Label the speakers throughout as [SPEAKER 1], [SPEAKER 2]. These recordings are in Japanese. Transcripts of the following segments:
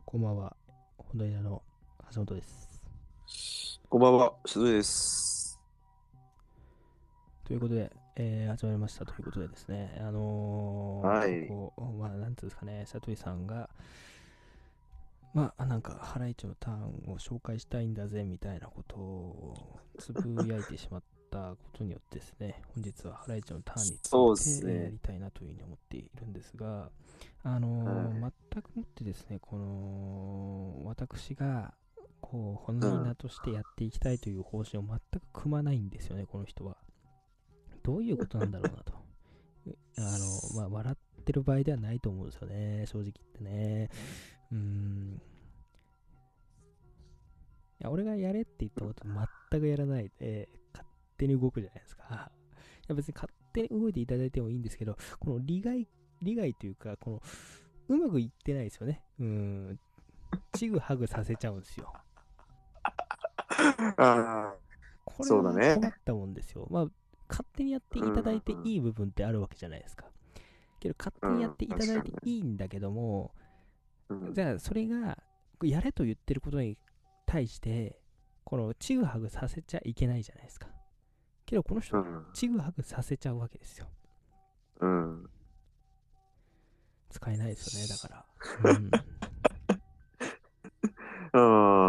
[SPEAKER 1] こんばんは。本題屋の橋本です。
[SPEAKER 2] こんばんは、鈴です。
[SPEAKER 1] ということで、始まりましたということでですね、
[SPEAKER 2] はい。
[SPEAKER 1] なんていうんですかね、佐藤さんが、なんか、ハライチのターンを紹介したいんだぜ、みたいなことをつぶやいてしまったことによってですね、本日はハライチのターンについ
[SPEAKER 2] そうで
[SPEAKER 1] て
[SPEAKER 2] すね。
[SPEAKER 1] やりたいなというふうに思っているんですが、
[SPEAKER 2] はい。
[SPEAKER 1] 全くもってですね、私が、本気なとしてやっていきたいという方針を全く組まないんですよね、この人は。どういうことなんだろうなと。笑ってる場合ではないと思うんですよね、正直言ってね。いや俺がやれって言ったこと全くやらないで、勝手に動くじゃないですか。いや別に勝手に動いていただいてもいいんですけど、この利害というか、うまくいってないですよね。ちぐはぐさせちゃうんですよ。
[SPEAKER 2] ああ、
[SPEAKER 1] これ
[SPEAKER 2] そうだね。
[SPEAKER 1] は困ったもんですよ。勝手にやって
[SPEAKER 2] う
[SPEAKER 1] いただい
[SPEAKER 2] ん、うん、
[SPEAKER 1] ていい部分ってあるわけじゃないですか。けど、勝手にやっ
[SPEAKER 2] うん、
[SPEAKER 1] ていただいて
[SPEAKER 2] 確かにね。
[SPEAKER 1] いいんだけども、
[SPEAKER 2] うん、
[SPEAKER 1] じゃあ、それが、やれと言ってることに対して、ちぐはぐさせちゃいけないじゃないですか。けど、この人は、
[SPEAKER 2] うん、
[SPEAKER 1] ちぐはぐさせちゃうわけですよ。
[SPEAKER 2] うん。
[SPEAKER 1] 使えないですよね、だから。うん。
[SPEAKER 2] うん。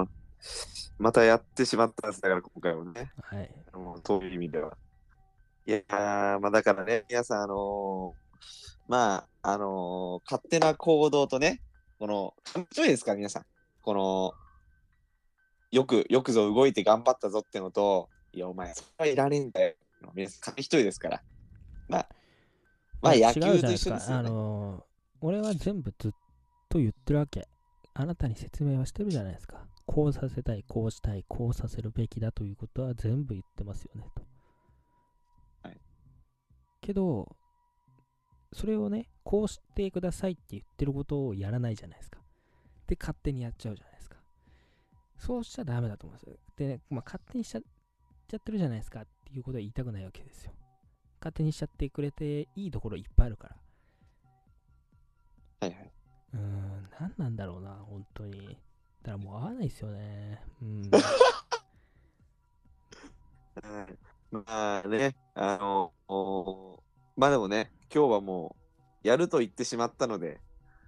[SPEAKER 2] またやってしまったんです。だから今回もね。
[SPEAKER 1] はい。
[SPEAKER 2] もうそういう意味では。いやー、まあだからね、皆さん、勝手な行動とね、面白いですか、皆さん。この、よくぞ動いて頑張ったぞってのと、いや、お前、それはいらねえんだよ。皆さん、紙一重ですから。まあ、
[SPEAKER 1] いや、違
[SPEAKER 2] 野球と一
[SPEAKER 1] うじゃないですか。
[SPEAKER 2] 緒ですよね。
[SPEAKER 1] 俺は全部ずっと言ってるわけ。あなたに説明はしてるじゃないですか。こうさせたい、こうしたい、こうさせるべきだということは全部言ってますよね、と。
[SPEAKER 2] はい。
[SPEAKER 1] けど、それをね、こうしてくださいって言ってることをやらないじゃないですか。で、勝手にやっちゃうじゃないですか。そうしちゃダメだと思うんですよ。で、勝手にしちゃってるじゃないですかっていうことは言いたくないわけですよ。勝手にしちゃってくれていいところいっぱいあるから。
[SPEAKER 2] はいはい。
[SPEAKER 1] 何なんだろうな、本当に。だからもう合わないですよね。うん。
[SPEAKER 2] はい。まあね、まあでもね、今日はもう、やると言ってしまったので、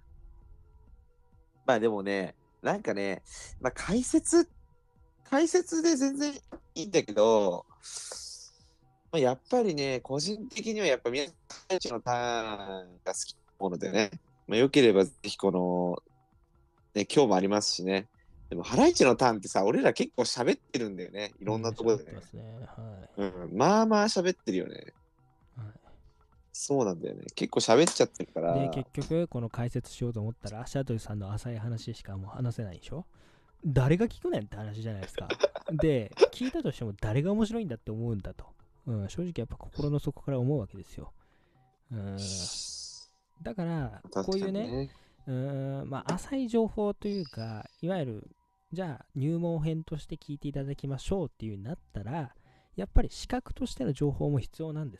[SPEAKER 2] まあでもね、なんかね、まあ解説で全然いいんだけど、まあ、やっぱりね、個人的にはやっぱ宮崎選手のターンが好きなものでね、まあ、よければぜひね、今日もありますしね。でも、ハライチのターンってさ、俺ら結構喋ってるんだよね。いろんな
[SPEAKER 1] うん、喋っ
[SPEAKER 2] ところでね。
[SPEAKER 1] てますね。は
[SPEAKER 2] うん、まあまあ喋ってるよね。
[SPEAKER 1] い。は
[SPEAKER 2] そうなんだよね。結構喋っちゃってるか
[SPEAKER 1] い、で、
[SPEAKER 2] ら、
[SPEAKER 1] 結局、この解説しようと思ったら、シャトルさんの浅い話しかもう話せないでしょ。誰が聞くねんって話じゃないですか。で、聞いたとしても誰が面白いんだって思うんだと。正直やっぱ心の底から思うわけですよ。うん。だから、こ
[SPEAKER 2] 確
[SPEAKER 1] ういうね、
[SPEAKER 2] かにね。
[SPEAKER 1] 浅い情報というか、いわゆる、じゃあ入門編として聞いていただきましょうっていう風になったら、やっぱり視覚としての情報も必要なんです。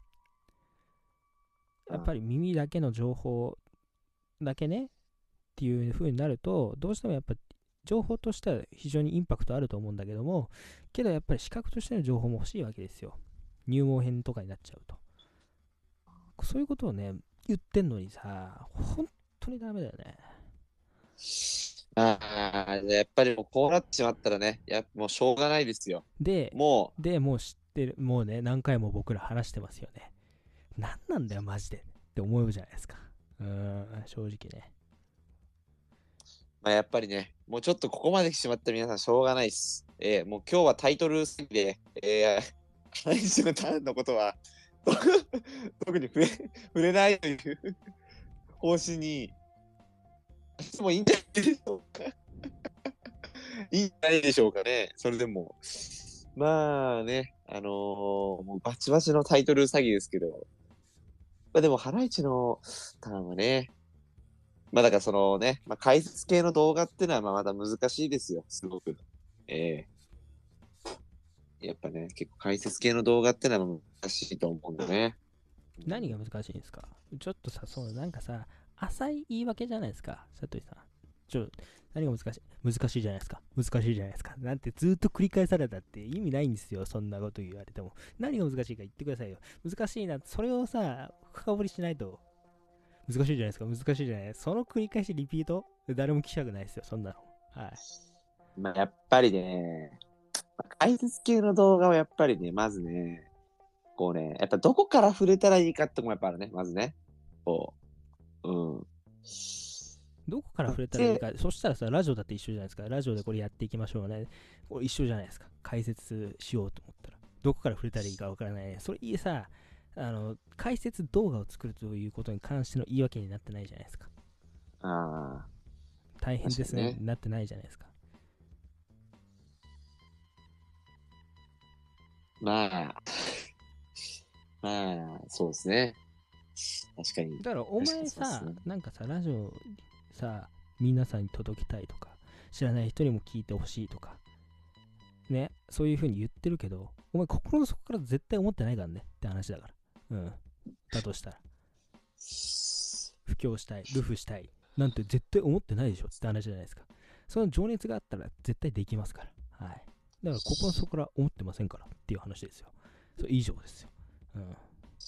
[SPEAKER 1] やっぱり
[SPEAKER 2] うん、
[SPEAKER 1] 耳だけの情報だけねっていう風になると、どうしてもやっぱ情報としては非常にインパクトあると思うんだけども、けどやっぱり視覚としての情報も欲しいわけですよ。入門編とかになっちゃうと。そういうことをね、言ってんのにさ、本当にダメだよね。
[SPEAKER 2] ああ、やっぱりもうこうなってしまったらね、もうしょうがないですよ。
[SPEAKER 1] で、
[SPEAKER 2] も
[SPEAKER 1] もう知ってる、もうね、何回も僕ら話してますよね。何なんだよ、マジで。って思うじゃないですか。正直ね。
[SPEAKER 2] まあ、やっぱりね、もうちょっとここまで来てしまった皆さんしょうがないです。もう今日はタイトル戦で、最初のターンのことは、特に触れないという方針に、もういいんじゃないでしょうか。いいんじゃないでしょうかね。それでも。まあね、もうバチバチのタイトル詐欺ですけど、まあでも、ハライチのターンはね、まあだからそのね、まあ解説系の動画っていうのはまあまだ難しいですよ、すごく。えやっぱね、結構解説系の動画ってのは難しいと思うんだね。うん、
[SPEAKER 1] 何が難しいんですか？ちょっとさ、なんかさ、浅い言い訳じゃないですか、佐藤さん。 何が難しいじゃないですか。難しいじゃないですか。なんてずっと繰り返されたって意味ないんですよ。そんなこと言われても。何が難しいか言ってくださいよ。難しいな、それをさ、深掘りしないと難しいじゃないですか。難しいじゃない。その繰り返しリピート誰も聞きたくないですよ。そんなの。はい。
[SPEAKER 2] まあ、やっぱりね、解説系の動画はやっぱりね、まずね、こうね、やっぱどこから触れたらいいかってもやっぱあるね、まずね。こう、うん。
[SPEAKER 1] どこから触れたらいいか。そしたらさ、ラジオだって一緒じゃないですか。ラジオでこれやっていきましょうね。これ一緒じゃないですか。解説しようと思ったら。どこから触れたらいいかわからないね。それいいさ、解説動画を作るということに関しての言い訳になってないじゃないですか。
[SPEAKER 2] ああ、
[SPEAKER 1] 大変ですね。
[SPEAKER 2] ね、
[SPEAKER 1] なってないじゃないですか。
[SPEAKER 2] まあ、まあ、そうですね。確かに。
[SPEAKER 1] だからお前さ、
[SPEAKER 2] ね、
[SPEAKER 1] なんかさ、ラジオさ、皆さんに届けたいとか、知らない人にも聞いてほしいとか、ね、そういう風に言ってるけど、お前心の底から絶対思ってないからねって話だから。うん。だとしたら。布教したい、ルフしたい、なんて絶対思ってないでしょって話じゃないですか。その情熱があったら絶対できますから。はい。だから心の底から思ってませんからっていう話ですよ。それ以上ですよ。うん。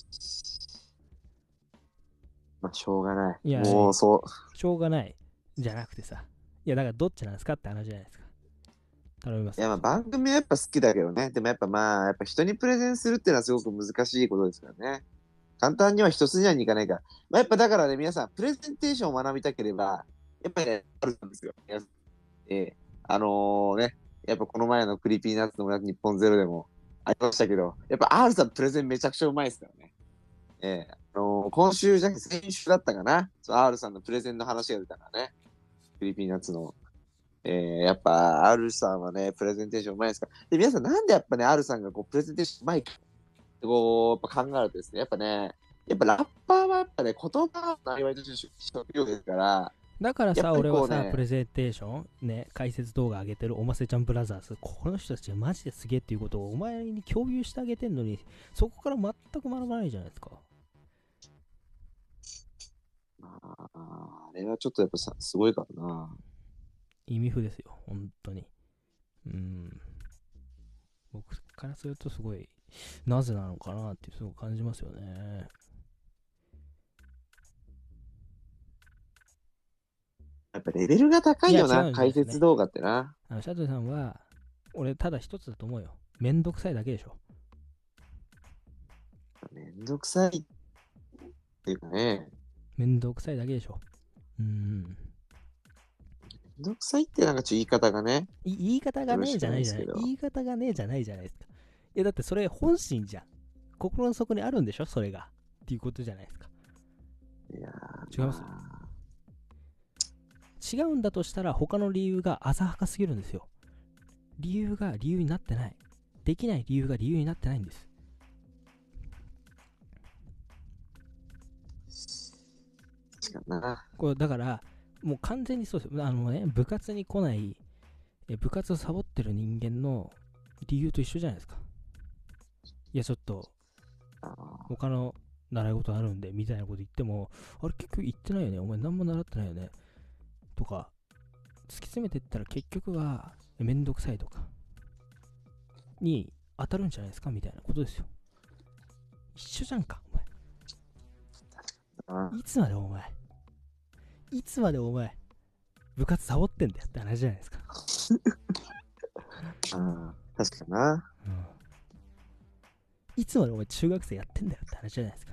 [SPEAKER 2] まあ、しょうがない。
[SPEAKER 1] いや、
[SPEAKER 2] もうそう。
[SPEAKER 1] しょうがないじゃなくてさ、いや、だからどっちなんですかって話じゃないですか。頼みますよ。
[SPEAKER 2] いや、まあ番組はやっぱ好きだけどね。でもやっぱまあ、やっぱ人にプレゼンするっていうのはすごく難しいことですからね。簡単には一筋縄にいかないから。まあ、やっぱだからね、皆さん、プレゼンテーションを学びたければ、やっぱりね、あるんですよ。ね、やっぱこの前のクリーピーナッツの日本ゼロでもありましたけど、やっぱ R さんプレゼンめちゃくちゃうまいですからね。今週じゃなくて先週だったかな。R さんのプレゼンの話が出たからね。クリーピーナッツの。やっぱ R さんはね、プレゼンテーションうまいですから。で、皆さんなんでやっぱね、R さんがこうプレゼンテーションうまいかってこう、やっぱ考えるとですね、やっぱね、やっぱラッパーはやっぱね、言葉の曖昧として職業ですから、
[SPEAKER 1] だからさ、
[SPEAKER 2] やっぱり
[SPEAKER 1] 俺はさ、
[SPEAKER 2] こうね、
[SPEAKER 1] プレゼンテーション、ね、解説動画上げてるおませちゃんブラザーズ、この人たちマジですげえっていうことをお前に共有してあげてんのに、そこから全く学ばないじゃないですか。
[SPEAKER 2] あれはちょっとやっぱさ、すごいからな。
[SPEAKER 1] 意味不ですよ、本当に。うん。僕からするとすごい、なぜなのかなってすごく感じますよね。
[SPEAKER 2] やっぱレベルが高
[SPEAKER 1] いや、
[SPEAKER 2] いよな、
[SPEAKER 1] 違うんですね。
[SPEAKER 2] 解説動画ってな。
[SPEAKER 1] シャトルさんは、俺、ただ一つだと思うよ。めんどくさいだけでしょ。
[SPEAKER 2] めんどくさいっていうかね、
[SPEAKER 1] めんどくさいだけでしょ。うん。
[SPEAKER 2] めんどくさいってなんか言い方がね、
[SPEAKER 1] 言い方がねえ
[SPEAKER 2] よろしく
[SPEAKER 1] じゃないじゃない。
[SPEAKER 2] ないですけど。
[SPEAKER 1] 言い方がねえじゃないじゃないですか。いや、だってそれ本心じゃん。心の底にあるんでしょそれが。っていうことじゃないですか。
[SPEAKER 2] いや
[SPEAKER 1] 違います、違うんだとしたら他の理由が浅はかすぎるんですよ。理由が理由になってない。できない理由が理由になってないんです。
[SPEAKER 2] 確かにな。
[SPEAKER 1] これだから、もう完全にそうですよ。部活に来ない、部活をサボってる人間の理由と一緒じゃないですか。いや、ちょっと、他の習い事あるんで、みたいなこと言っても、あれ結局言ってないよね。お前何も習ってないよね。とか、突き詰めていったら結局は、めんどくさいとか、に当たるんじゃないですかみたいなことですよ。一緒じゃんか、お前。いつまでお前、いつまでお前、部活サボってんだよって話じゃないですか。
[SPEAKER 2] 確かな。
[SPEAKER 1] うん。いつまでお前中学生やってんだよって話じゃないですか。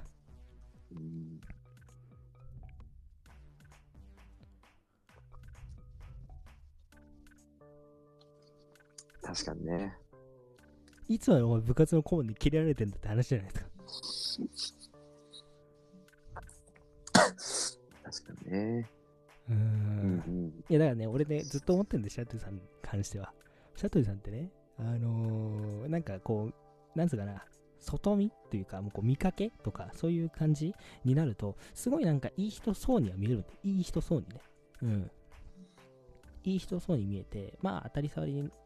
[SPEAKER 2] 確かにね。
[SPEAKER 1] いつまでお前部活の顧問に切れられてんだって話じゃないですか。
[SPEAKER 2] 確かにね。
[SPEAKER 1] いやだからね、俺ね、ずっと思ってんで、シャトルさんに関しては。シャトルさんってね、なんかこう、なんつうかな、外見っていうか、もうこう見かけとか、そういう感じになると、すごいなんかいい人そうには見えるんで、いい人そうにね。うん。いい人そうに見えて、まあ当たり障り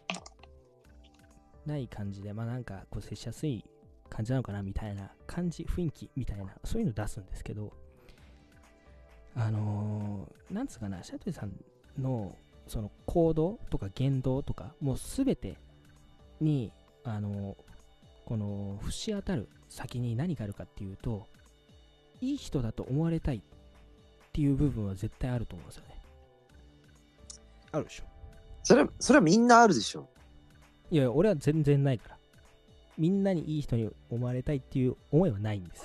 [SPEAKER 1] ない感じで、まあなんかこう接しやすい感じなのかなみたいな感じ、雰囲気みたいな、そういうの出すんですけど、なんつうかな、シャトルさんのその行動とか言動とかもうすべてにこの節当たる先に何があるかっていうと、いい人だと思われたいっていう部分は絶対あると思うんですよね。あるでしょ。
[SPEAKER 2] それはみんなあるでしょ。
[SPEAKER 1] いや俺は全然ないから。みんなにいい人に思われたいっていう思いはないんです。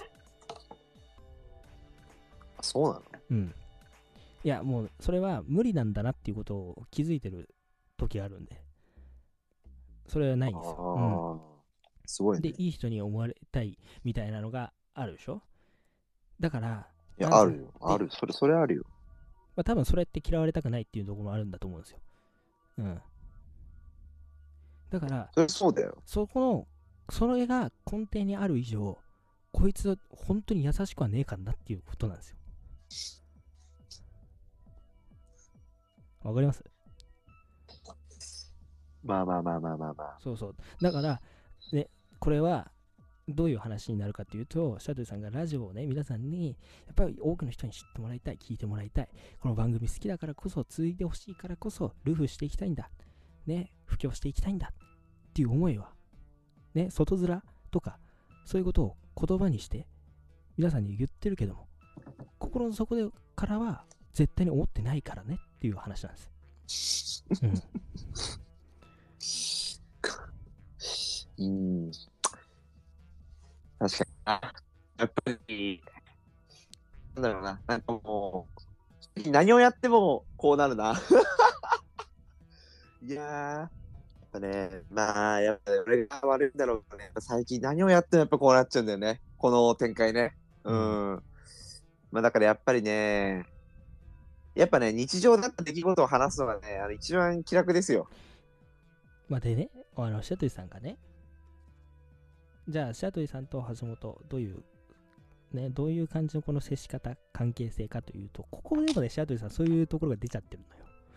[SPEAKER 2] そうなの？
[SPEAKER 1] うん。いやもうそれは無理なんだなっていうことを気づいてる時があるんで、それはないんですよ。
[SPEAKER 2] すごいね。
[SPEAKER 1] で、いい人に思われたいみたいなのがあるでしょ。だから、
[SPEAKER 2] いや、あるよ。ある。それあるよ。
[SPEAKER 1] まあ、多分それって嫌われたくないっていうところもあるんだと思うんですよ。うん。だから、
[SPEAKER 2] そうだよ。
[SPEAKER 1] それが根底にある以上、こいつ本当に優しくはねえかなっていうことなんですよ。わかります？
[SPEAKER 2] まあ。
[SPEAKER 1] そうそう。だから、ね、これはどういう話になるかというと、シャトルさんがラジオをね、皆さんにやっぱり多くの人に知ってもらいたい、聞いてもらいたい、この番組好きだからこそ、続いてほしいからこそ、ルフしていきたいんだ、ね、布教していきたいんだっていう思いは、ね、外面とか、そういうことを言葉にして皆さんに言ってるけども、心の底でからは絶対に思ってないからねっていう話なんです。
[SPEAKER 2] 確かに。やっぱり、なんだろうな。なんかもう、何をやってもこうなるな。いやー、やっぱね、まあ、やっぱり俺が悪いんだろうけどね。最近何をやってもやっぱこうなっちゃうんだよね。この展開ね。まあだからやっぱりね、日常だった出来事を話すのがね、一番気楽ですよ。
[SPEAKER 1] まあでね、シャトルさんがね、じゃあ、シャトリさんと橋本、どういう感じのこの接し方、関係性かというと、ここでもね、シャトリさん、そういうところが出ちゃってる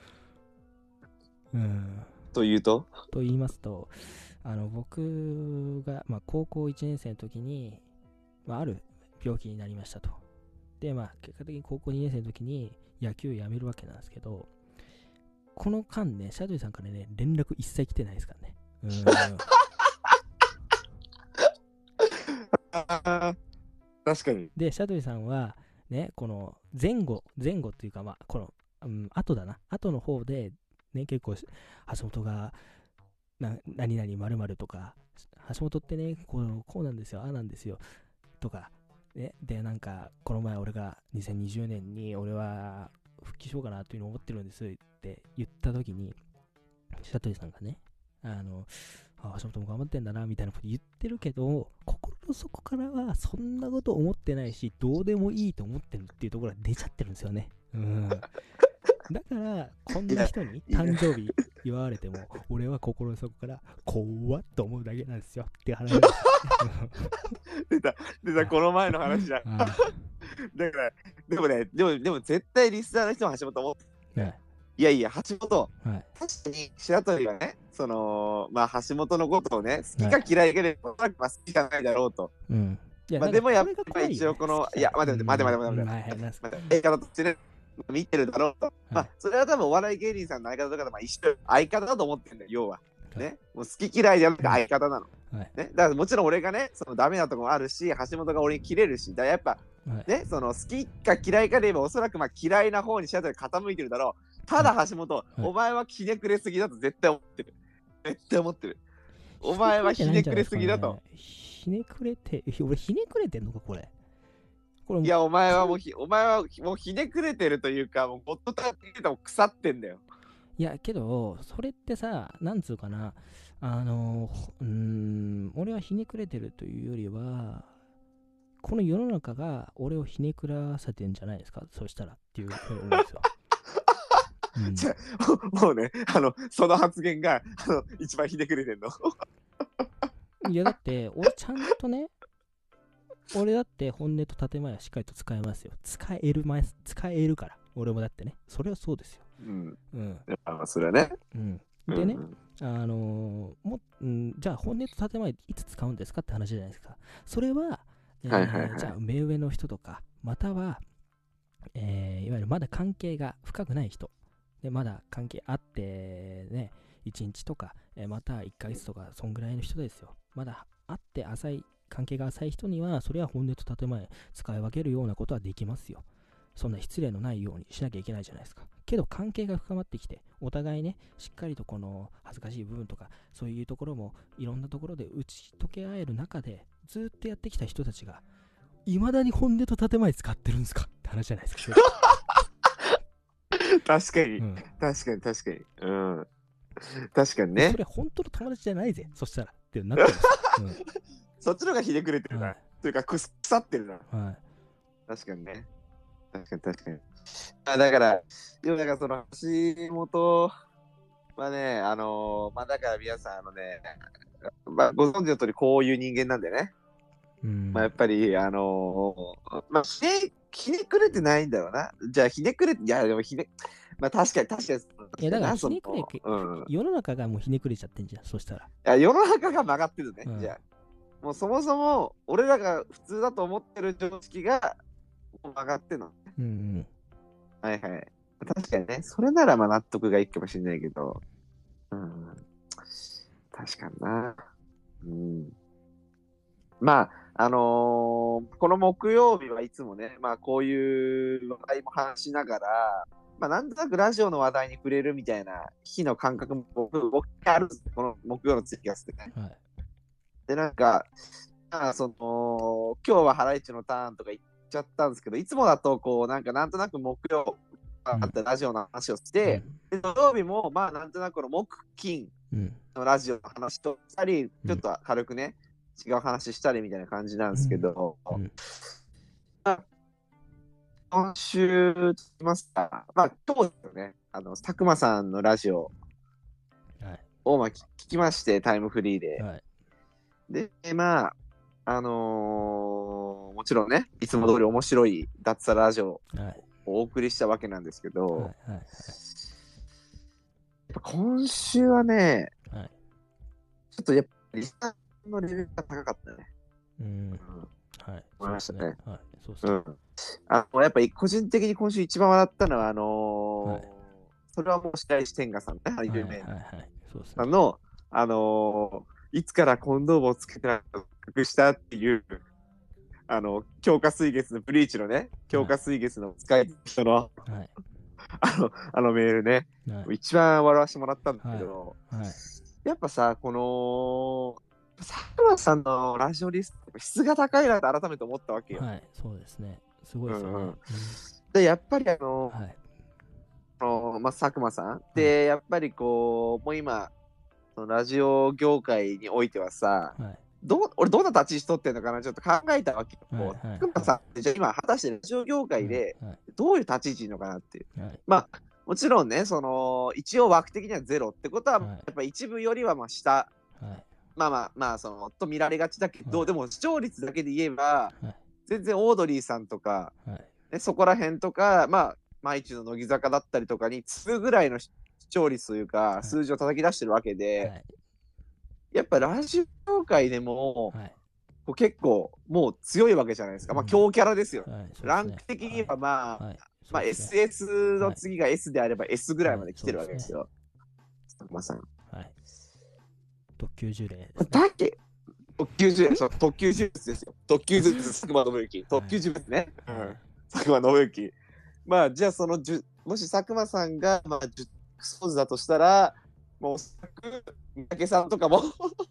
[SPEAKER 1] のよ。
[SPEAKER 2] というと
[SPEAKER 1] と言いますと、僕が、高校1年生の時に、ある病気になりましたと。で、結果的に高校2年生の時に野球をやめるわけなんですけど、この間ね、シャトリさんからね、連絡一切来てないですからね。
[SPEAKER 2] 確かに。
[SPEAKER 1] で、シャトリさんは、ね、この前後っていうか、この、後の方で、ね、結構、橋本が、何々〇〇とか、橋本ってね、こうなんですよ、ああなんですよ、とか、ね、で、この前俺が2020年に俺は復帰しようかなというのを思ってるんですって言った時に、シャトリさんがね、橋本も頑張ってんだなみたいなこと言ってるけど、心の底からはそんなこと思ってないし、どうでもいいと思ってるっていうところが出ちゃってるんですよね。だからこんな人に誕生日祝われても、俺は心の底から怖っと思うだけなんですよって話なんですよ。
[SPEAKER 2] 出たこの前の話じゃん。だからでも絶対リスナーの人も橋本思って、いやいや、橋本、確かに白鳥はね、橋本のことをね、好きか嫌いかで、おそらく好きかないだろうと。でもやっぱり一応この、いや、待て。映画としてね、見てるだろうと。それは多分お笑い芸人さんの相方とかと一緒、相方だと思ってるんだよ、要は。ね、もう好き嫌いじゃなくて相方なの。ね、だからもちろん俺がね、ダメなとこもあるし、橋本が俺に切れるし、だからやっぱ、ね、好きか嫌いかで言えば、おそらく嫌いな方にシャトル傾いてるだろう。ただ橋本、お前はひねくれすぎだと絶対思ってる。お前はひねくれすぎだと。
[SPEAKER 1] ひねくれて、俺ひねくれてんのか、これ。
[SPEAKER 2] いや、お前はもうひねくれてるというか、もうゴッドタンって言っても腐ってんだよ。
[SPEAKER 1] いや、けど、それってさ、なんつうかな、俺はひねくれてるというよりは、この世の中が俺をひねくらせてんじゃないですか、そしたらっていうふうに思うんですよ。
[SPEAKER 2] もうね、その発言が一番ひねくれてんの。
[SPEAKER 1] いや、だって、俺ちゃんとね、俺だって本音と建前はしっかりと使えますよ。使えるから。俺もだってね。それはそうですよ。
[SPEAKER 2] それはね。
[SPEAKER 1] でね、じゃあ本音と建前いつ使うんですかって話じゃないですか。それは、じゃあ目上の人とか、または、いわゆるまだ関係が深くない人でまだ関係あってね、1日とか、また1ヶ月とかそんぐらいの人ですよ。まだあって関係が浅い人にはそれは本音と建前使い分けるようなことはできますよ。そんな失礼のないようにしなきゃいけないじゃないですか。けど関係が深まってきて、お互いね、しっかりとこの恥ずかしい部分とか、そういうところもいろんなところで打ち解け合える中で、ずっとやってきた人たちが、いまだに本音と建前使ってるんですかって話じゃないですか。
[SPEAKER 2] 確かに、
[SPEAKER 1] うん、
[SPEAKER 2] 確かに確かに。うん。確かにね
[SPEAKER 1] そ。れ本当の友達じゃないぜ、そしたらってなってます。
[SPEAKER 2] そっちの方がひねくれてるな。
[SPEAKER 1] はい
[SPEAKER 2] というか、腐ってるな。
[SPEAKER 1] はい。
[SPEAKER 2] 確かにね。確かに確かに。だから、でもだからその橋本はね、まあだから皆さん、まあご存知の通りこういう人間なんでね。まあやっぱり、まあひねくれてないんだろうな。じゃあひねくれて、いやでもまあ確かに。
[SPEAKER 1] いやだからひねくれ、
[SPEAKER 2] うん、
[SPEAKER 1] 世の中がもうひねくれちゃってんじゃん、そしたら。
[SPEAKER 2] いや世の中が曲がってるね、
[SPEAKER 1] うん
[SPEAKER 2] じゃあ。もうそもそも俺らが普通だと思ってる常識がもう曲がってるの。
[SPEAKER 1] うんうん。
[SPEAKER 2] はいはい。確かにね、それならまあ納得がいいかもしれないけど、うん、確かにな。うん、まあ、この木曜日はいつもね、まあこういう話題も話しながら、まあなんとなくラジオの話題に触れるみたいな日の感覚も僕あるんですよ、この木曜のツイキャスでね。
[SPEAKER 1] はい。
[SPEAKER 2] で、なんか、まあ、今日はハライチのターンとか言っちゃったんですけど、いつもだと、こう、なんとなく木曜あったラジオの話をして、で土曜日も、まあ、なんとなくこの木、金のラジオの話としたり、ちょっと軽くね、違う話したりみたいな感じなんですけど、今週、言いますか、まあ、今日ですよね、佐久間さんのラジオを、まあ、聞きまして、タイムフリーで。で、まあ、もちろんね、いつも通り面白い脱サララジオをお送りしたわけなんですけど、やっぱ今週はね、ちょっとやっぱりリスナーのレベルが高かったね。はい。思いましたね。はい。そうですね。やっぱり個人的に今週一番笑ったのは、それはもう白石天賀さんね、有名なの、いつからコンドームをつけてなくしたっていう、強化水月のブリーチのね、強化水月の使い人の、メールね、一番笑わせてもらったんだけど、やっぱさ、この、佐久間さんのラジオリスト、質が高いなと改めて思ったわけよ。
[SPEAKER 1] はい、そうですね。すごいですよね。
[SPEAKER 2] で、やっぱりまあ、佐久間さんで、やっぱりこう、もう今、そのラジオ業界においてはさ、俺どんな立ち位置取ってんのかなちょっと考えたわけよ。佐久間さんってじゃあ今果たしてラジオ業界でどういう立ち位置いるのかなっていう。まあもちろんね、一応枠的にはゼロってことは、やっぱ一部よりはまあ下、まあと見られがちだけど、でも視聴率だけで言えば、全然オードリーさんとか、そこら辺とか、まあ毎日の乃木坂だったりとかに次ぐぐらいの視聴率というか、数字を叩き出してるわけで、やっぱラジオ業界でも、結構もう強いわけじゃないですか。まあ強キャラですよ。ランク的にはまあ SS の次が S であれば S ぐらいまで来てるわけですよ。佐久間さん。
[SPEAKER 1] 特級呪霊。
[SPEAKER 2] だけ特級呪霊、そう、特級呪術ですよ。特級呪術、佐久間信之。特級呪術ね。佐久間信之。まあじゃあもし佐久間さんが、まあ、ソーズだとしたら、もう、三宅さんとかも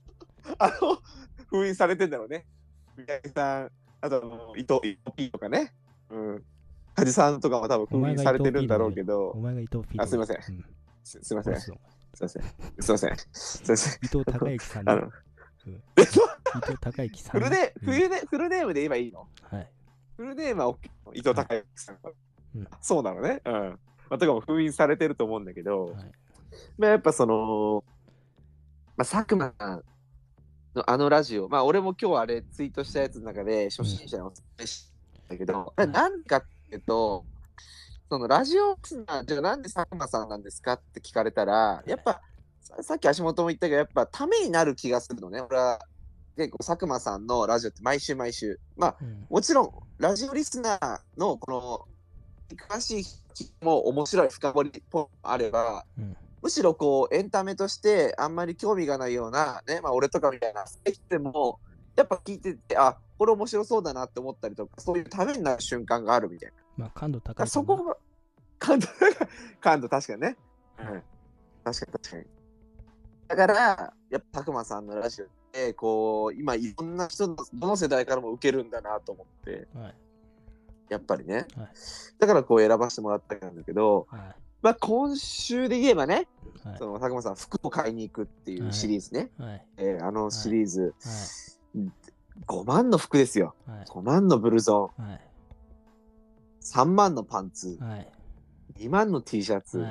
[SPEAKER 2] 封印されてんだろうね。三宅さん、あと、伊藤 P とかね。梶さんとかも多分封印されてるんだろうけど。
[SPEAKER 1] お前が伊藤 P。
[SPEAKER 2] すいません。すいません。すいません。すいません。
[SPEAKER 1] 伊藤孝之さん。伊藤孝之さん。フルネ
[SPEAKER 2] ームで言えばいいの？はい。フルネームは伊藤孝之さん。そうなのね。まあ、とかも封印されてると思うんだけど、まあ、やっぱまあ、佐久間さんのラジオ、まあ、俺も今日あれツイートしたやつの中で初心者にお伝えしたんだけど、なんかっていうと、ラジオじゃあなんで佐久間さんなんですかって聞かれたら、やっぱ、さっき足元も言ったけど、やっぱためになる気がするのね。俺は結構佐久間さんのラジオって毎週、まあ、もちろんラジオリスナーのこの詳しい人も面白い深掘りもあれば、
[SPEAKER 1] うん
[SPEAKER 2] むしろこうエンタメとしてあんまり興味がないようなね、まあ俺とかみたいな人もやっぱ聞いてて、あ、これ面白そうだなって思ったりとか、そういうためになる瞬間があるみたいな。
[SPEAKER 1] まあ感度高いかな。
[SPEAKER 2] そこが感度確かにね。うん、確かに。だからやっぱ佐久間さんのラジオってこう今いろんな人のどの世代からも受けるんだなと思って、
[SPEAKER 1] はい、
[SPEAKER 2] やっぱりね、
[SPEAKER 1] はい、
[SPEAKER 2] だからこう選ばせてもらったんだけど、
[SPEAKER 1] はい、
[SPEAKER 2] まあ今週で言えばね、
[SPEAKER 1] はい、
[SPEAKER 2] その佐久間さん服を買いに行くっていうシリーズね、
[SPEAKER 1] はい、
[SPEAKER 2] あのシリーズ、
[SPEAKER 1] はい、
[SPEAKER 2] 5万の服ですよ、
[SPEAKER 1] はい、
[SPEAKER 2] 5万のブルゾン、
[SPEAKER 1] はい、
[SPEAKER 2] 3万のパンツ、
[SPEAKER 1] はい、
[SPEAKER 2] 2万の T シャツ、
[SPEAKER 1] はい、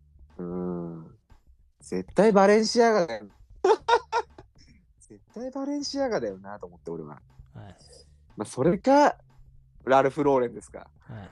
[SPEAKER 2] 絶対バレンシアガだよ。絶対バレンシアガだよなと思って俺は。
[SPEAKER 1] はい、
[SPEAKER 2] まあそれかラルフ・ローレンですか。
[SPEAKER 1] はい。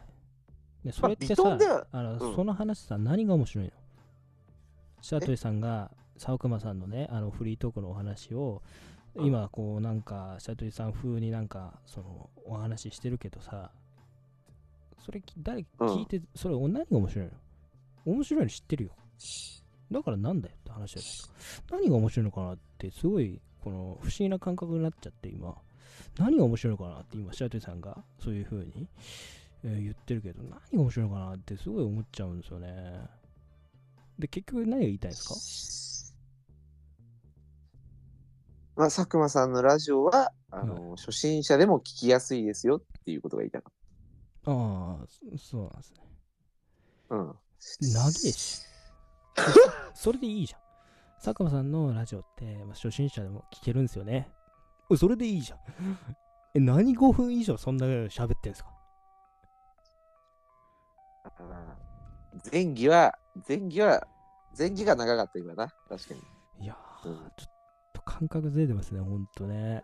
[SPEAKER 1] でそれってさ、
[SPEAKER 2] まあ、ビトンでは
[SPEAKER 1] その話さ、何が面白いの？白鳥さんが佐久間さんのね、フリートークのお話を、今こうなんか白鳥さん風になんかそのお話ししてるけどさ、それ誰聞いて、それ何が面白いの？面白いの知ってるよ。だからなんだよって話じゃないですか。何が面白いのかなってすごいこの不思議な感覚になっちゃって今。何が面白いのかなって今白鳥さんがそういう風に、言ってるけど、何が面白いのかなってすごい思っちゃうんですよね。で結局何が言いたいんです
[SPEAKER 2] か？まあ、佐久間さんのラジオは初心者でも聞きやすいですよっていうことが言いたかった。
[SPEAKER 1] ああ、そうなんですね。長いし。それでいいじゃん。佐久間さんのラジオって、初心者でも聞けるんですよね。それでいいじゃん。何5分以上そんな喋ってんすか？
[SPEAKER 2] 前期が長かった今な。確かに。
[SPEAKER 1] いやー、ちょっと感覚ずれてますね、ほんとね。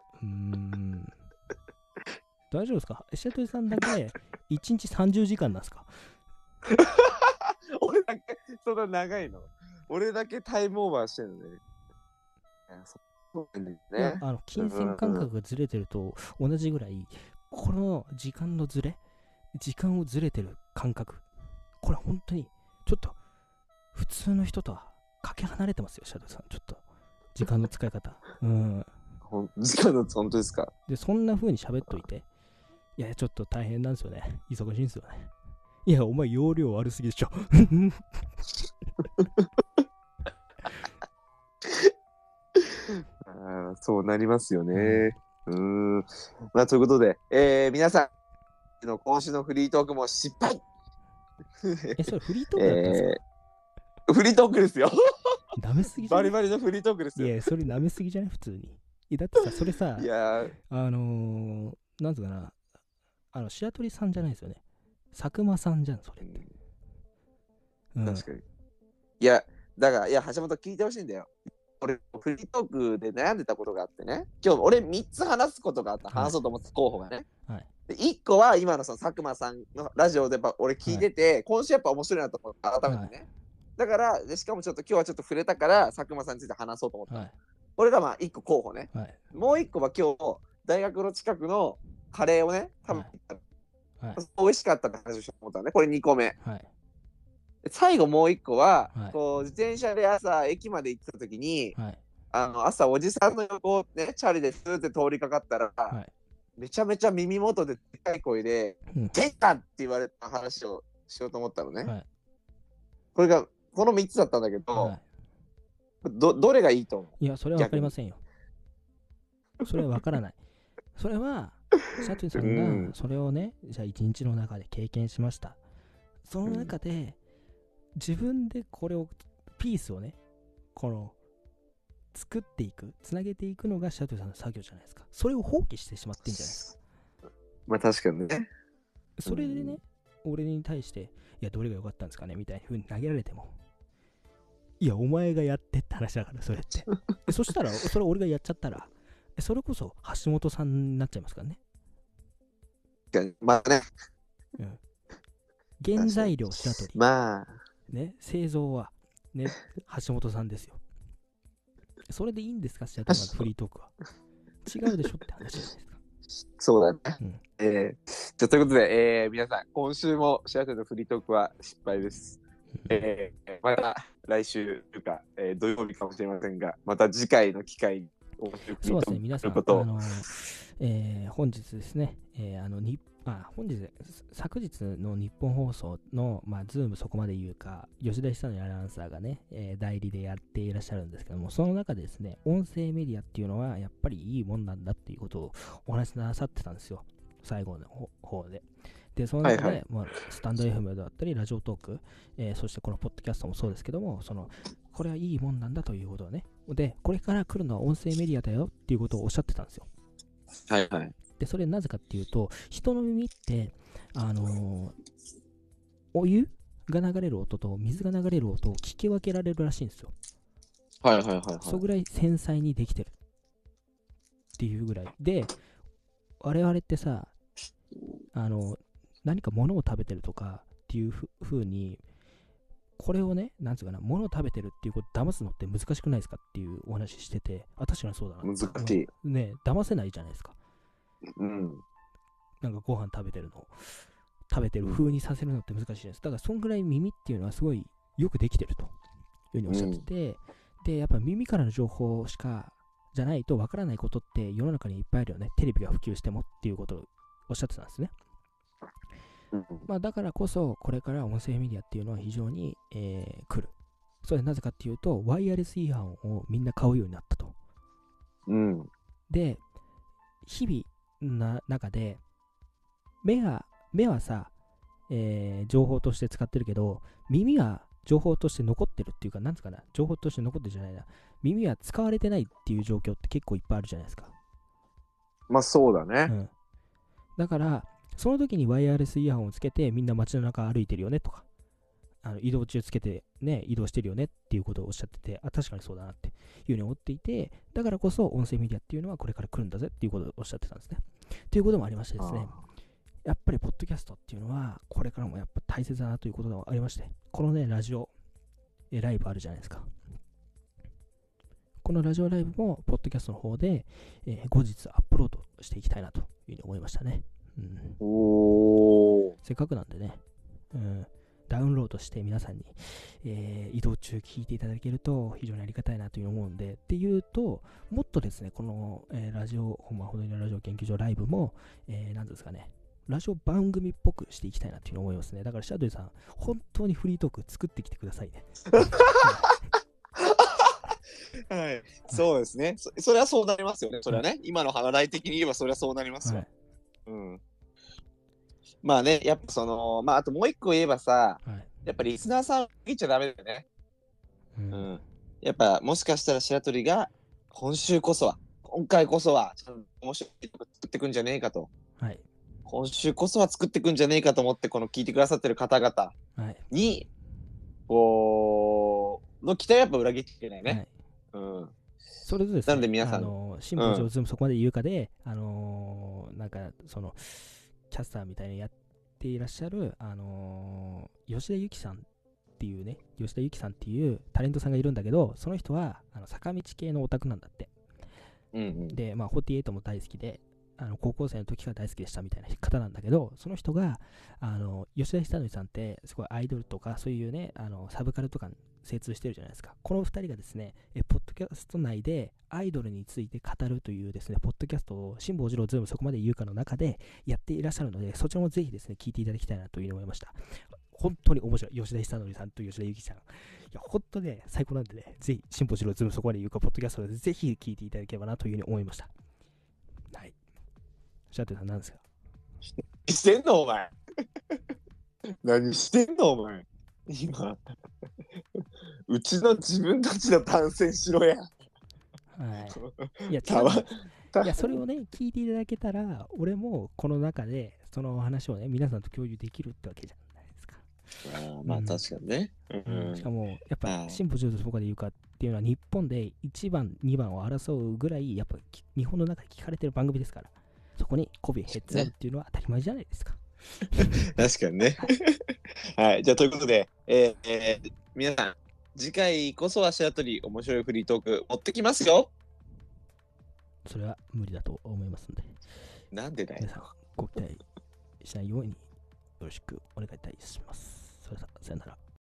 [SPEAKER 1] 大丈夫ですか？白鳥さんだけ1日30時間なんですか？
[SPEAKER 2] 俺だけそんな長いの？俺だけタイムオーバーしてるのね。そうなんですね。
[SPEAKER 1] いや、金銭感覚がずれてると同じぐらい、この時間のずれ、時間をずれてる感覚、これ本当に、ちょっと、普通の人とはかけ離れてますよ、シャドウさん。ちょっと、時間の使い方。
[SPEAKER 2] 時間の、本当ですか？
[SPEAKER 1] で、そんな風に喋っといて、いや、ちょっと大変なんですよね。忙しいんですよね。いや、お前容量悪すぎでしょ。
[SPEAKER 2] そうなりますよね。まあ、ということで、皆さんの今週のフリートークも失敗。
[SPEAKER 1] それフリートークだったんです
[SPEAKER 2] か？フリートークですよ。
[SPEAKER 1] ダメすぎじゃない？
[SPEAKER 2] バリバリのフリートークですよ。
[SPEAKER 1] いや、それダメすぎじゃない？普通に。だってさ、それさ、
[SPEAKER 2] いや
[SPEAKER 1] なんつうかな、白鳥さんじゃないですよね。佐久間さんじゃん、それって。
[SPEAKER 2] 確かに。いや、だから、橋本聞いてほしいんだよ。俺、フリートークで悩んでたことがあってね、今日俺3つ話すことがあった、話そうと思って候補がね。で1個は今のその佐久間さんのラジオで俺聞いてて、今週やっぱ面白いなと思って改めてね。だからでしかもちょっと今日はちょっと触れたから佐久間さんについて話そうと思った。これがまあ1個候補ね。もう1個は今日大学の近くのカレーをね食べたら、美味しかったって話をしようと思ったね。これ2個目。最後もう1個は、こう自転車で朝駅まで行ってた時に、朝おじさんの横をねチャリでスーって通りかかったら、めちゃめちゃ耳元ででかい声で「出た!」って言われた話をしようと思ったのね。これがこの3つだったんだけど、どれがいいと思う？
[SPEAKER 1] いや、それは分かりませんよ。それは分からない。それはシャトゥさんがそれをね、じゃあ一日の中で経験しました。その中で自分でこれをピースをね、この作っていく、つなげていくのがシャトゥさんの作業じゃないですか。それを放棄してしまってんじゃないですか。
[SPEAKER 2] まあ確かにね。
[SPEAKER 1] それでね、俺に対して、いや、どれが良かったんですかねみたいな風に投げられても、いや、お前がやってって話だから、それって。そしたら、それ俺がやっちゃったら、それこそ橋本さんになっちゃいますからね。
[SPEAKER 2] まあね。
[SPEAKER 1] 原材料白鳥。
[SPEAKER 2] まあ。
[SPEAKER 1] ね、製造は、ね、橋本さんですよ。それでいいんですか、白鳥さんのフリートークは。違うでしょって話じゃないですか。
[SPEAKER 2] そうだね。
[SPEAKER 1] うん
[SPEAKER 2] じゃあということで、皆さん、今週もシアトルのフリートークは失敗です。また来週というか、土曜日かもしれませんが、また次回の機会に面白いフリ
[SPEAKER 1] そうですね、
[SPEAKER 2] ートーク
[SPEAKER 1] 皆さん、
[SPEAKER 2] することを。
[SPEAKER 1] 本日ですね、昨日の日本放送の、ズームそこまで言うか、吉田久典アナウンサーがね、代理でやっていらっしゃるんですけども、その中でですね、音声メディアっていうのはやっぱりいいもんなんだっていうことをお話しなさってたんですよ、最後の方で。で、その中で、
[SPEAKER 2] はい
[SPEAKER 1] スタンド FM だったり、ラジオトーク、そしてこのポッドキャストもそうですけども、これはいいもんなんだということをね、で、これから来るのは音声メディアだよっていうことをおっしゃってたんですよ。
[SPEAKER 2] はいはい。
[SPEAKER 1] で、それなぜかっていうと、人の耳って、お湯が流れる音と水が流れる音を聞き分けられるらしいんですよ。
[SPEAKER 2] はいはいはい、はい。
[SPEAKER 1] そぐらい繊細にできてるっていうぐらい。で、我々ってさ、何か物を食べてるとかっていうふうに、これをね、なんつうかな、物を食べてるっていうことを騙すのって難しくないですかっていうお話してて、確かにそうだな。
[SPEAKER 2] 難しい。
[SPEAKER 1] ね、騙せないじゃないですか。
[SPEAKER 2] うん。
[SPEAKER 1] なんかご飯食べてるのを食べてる風にさせるのって難しいです。だからそんぐらい耳っていうのはすごいよくできてるというふうにおっしゃってて、で、やっぱ耳からの情報じゃないとわからないことって世の中にいっぱいあるよね。テレビが普及してもっていうことをおっしゃってたんですね。だからこそこれから音声メディアっていうのは非常に、来る。それはなぜかっていうと、ワイヤレスイヤホンをみんな買うようになったと。で、日々な中で目はさ、情報として使ってるけど、耳は情報として残ってるっていうか、なんつうかな、情報として残ってるじゃないな。耳は使われてないっていう状況って結構いっぱいあるじゃないですか。
[SPEAKER 2] まあそうだね。
[SPEAKER 1] だから、その時にワイヤレスイヤホンをつけてみんな街の中歩いてるよねとか、移動中つけてね、移動してるよねっていうことをおっしゃってて、確かにそうだなっていうふうに思っていて、だからこそ音声メディアっていうのはこれから来るんだぜっていうことをおっしゃってたんですね。ということもありましてですね、やっぱりポッドキャストっていうのはこれからもやっぱ大切だなということがありまして、このね、ラジオ、ライブあるじゃないですか。このラジオライブもポッドキャストの方で、後日アップロードしていきたいなというふうに思いましたね。せっかくなんでね、ダウンロードして皆さんに、移動中聞いていただけると非常にありがたいなという思うんで、っていうと、もっとですね、この、ラジオ、ほんまほどのラジオ研究所ライブも、なんですかね、ラジオ番組っぽくしていきたいなという思いますね。だからシャドウさん、本当にフリートーク作ってきてくださいね。
[SPEAKER 2] はい、そうですね。それはそうなりますよね。それはね、今の話題的に言えばそれはそうなりますよ。まあね、やっぱあともう一個言えばさ、やっぱりリスナーさん言っちゃダメだよね。やっぱもしかしたら白鳥が今回こそは面白いとこ作ってくんじゃねえかと。今週こそは作ってくんじゃねえかと思って、この聞いてくださってる方々に、の期待はやっぱ裏切っちゃいけないね。
[SPEAKER 1] それとですね、
[SPEAKER 2] なので皆さん、
[SPEAKER 1] 辛坊上ズームそこまで言うかで、なんかキャスターみたいにやっていらっしゃる、吉田ゆきさんっていうね、吉田ゆきさんっていうタレントさんがいるんだけど、その人は坂道系のオタクなんだって。で、48も大好きで、高校生の時から大好きでしたみたいな方なんだけど、その人が吉田久典さんってすごいアイドルとかそういうね、サブカルとかに精通してるじゃないですか。この2人がですね、ポッドキャスト内でアイドルについて語るというですね、ポッドキャストを辛坊治郎ズームそこまで言うかの中でやっていらっしゃるので、そちらもぜひですね、聞いていただきたいなというふうに思いました。本当に面白い。吉田久典さんと吉田ゆきさん。いや、本当ね、最高なんでね、ぜひ、辛坊治郎ズームそこまで言うか、ポッドキャストでぜひ聞いていただければなというふうに思いました。はい。シャトゥさん、何ですか？
[SPEAKER 2] してんのお前。何してんのお前。今。うちの自分たちの単線しろや。
[SPEAKER 1] いや、それをね、聞いていただけたら、俺もこの中で、その話をね、皆さんと共有できるってわけじゃないですか。
[SPEAKER 2] まあ、確かにね。
[SPEAKER 1] しかも、やっぱ、辛坊治郎そこまで言うかっていうのは、日本で1番、2番を争うぐらい、やっぱ、日本の中で聞かれてる番組ですから、そこに媚びへつらうっていうのは当たり前じゃないですか。
[SPEAKER 2] 確かにね。はい、じゃあということで、皆さん、次回こそは白鳥面白いフリートーク持ってきますよ。
[SPEAKER 1] それは無理だと思いますので、
[SPEAKER 2] なんでだよ。
[SPEAKER 1] 皆さん、ご期待しないようによろしくお願いいたします。それでは、さよなら。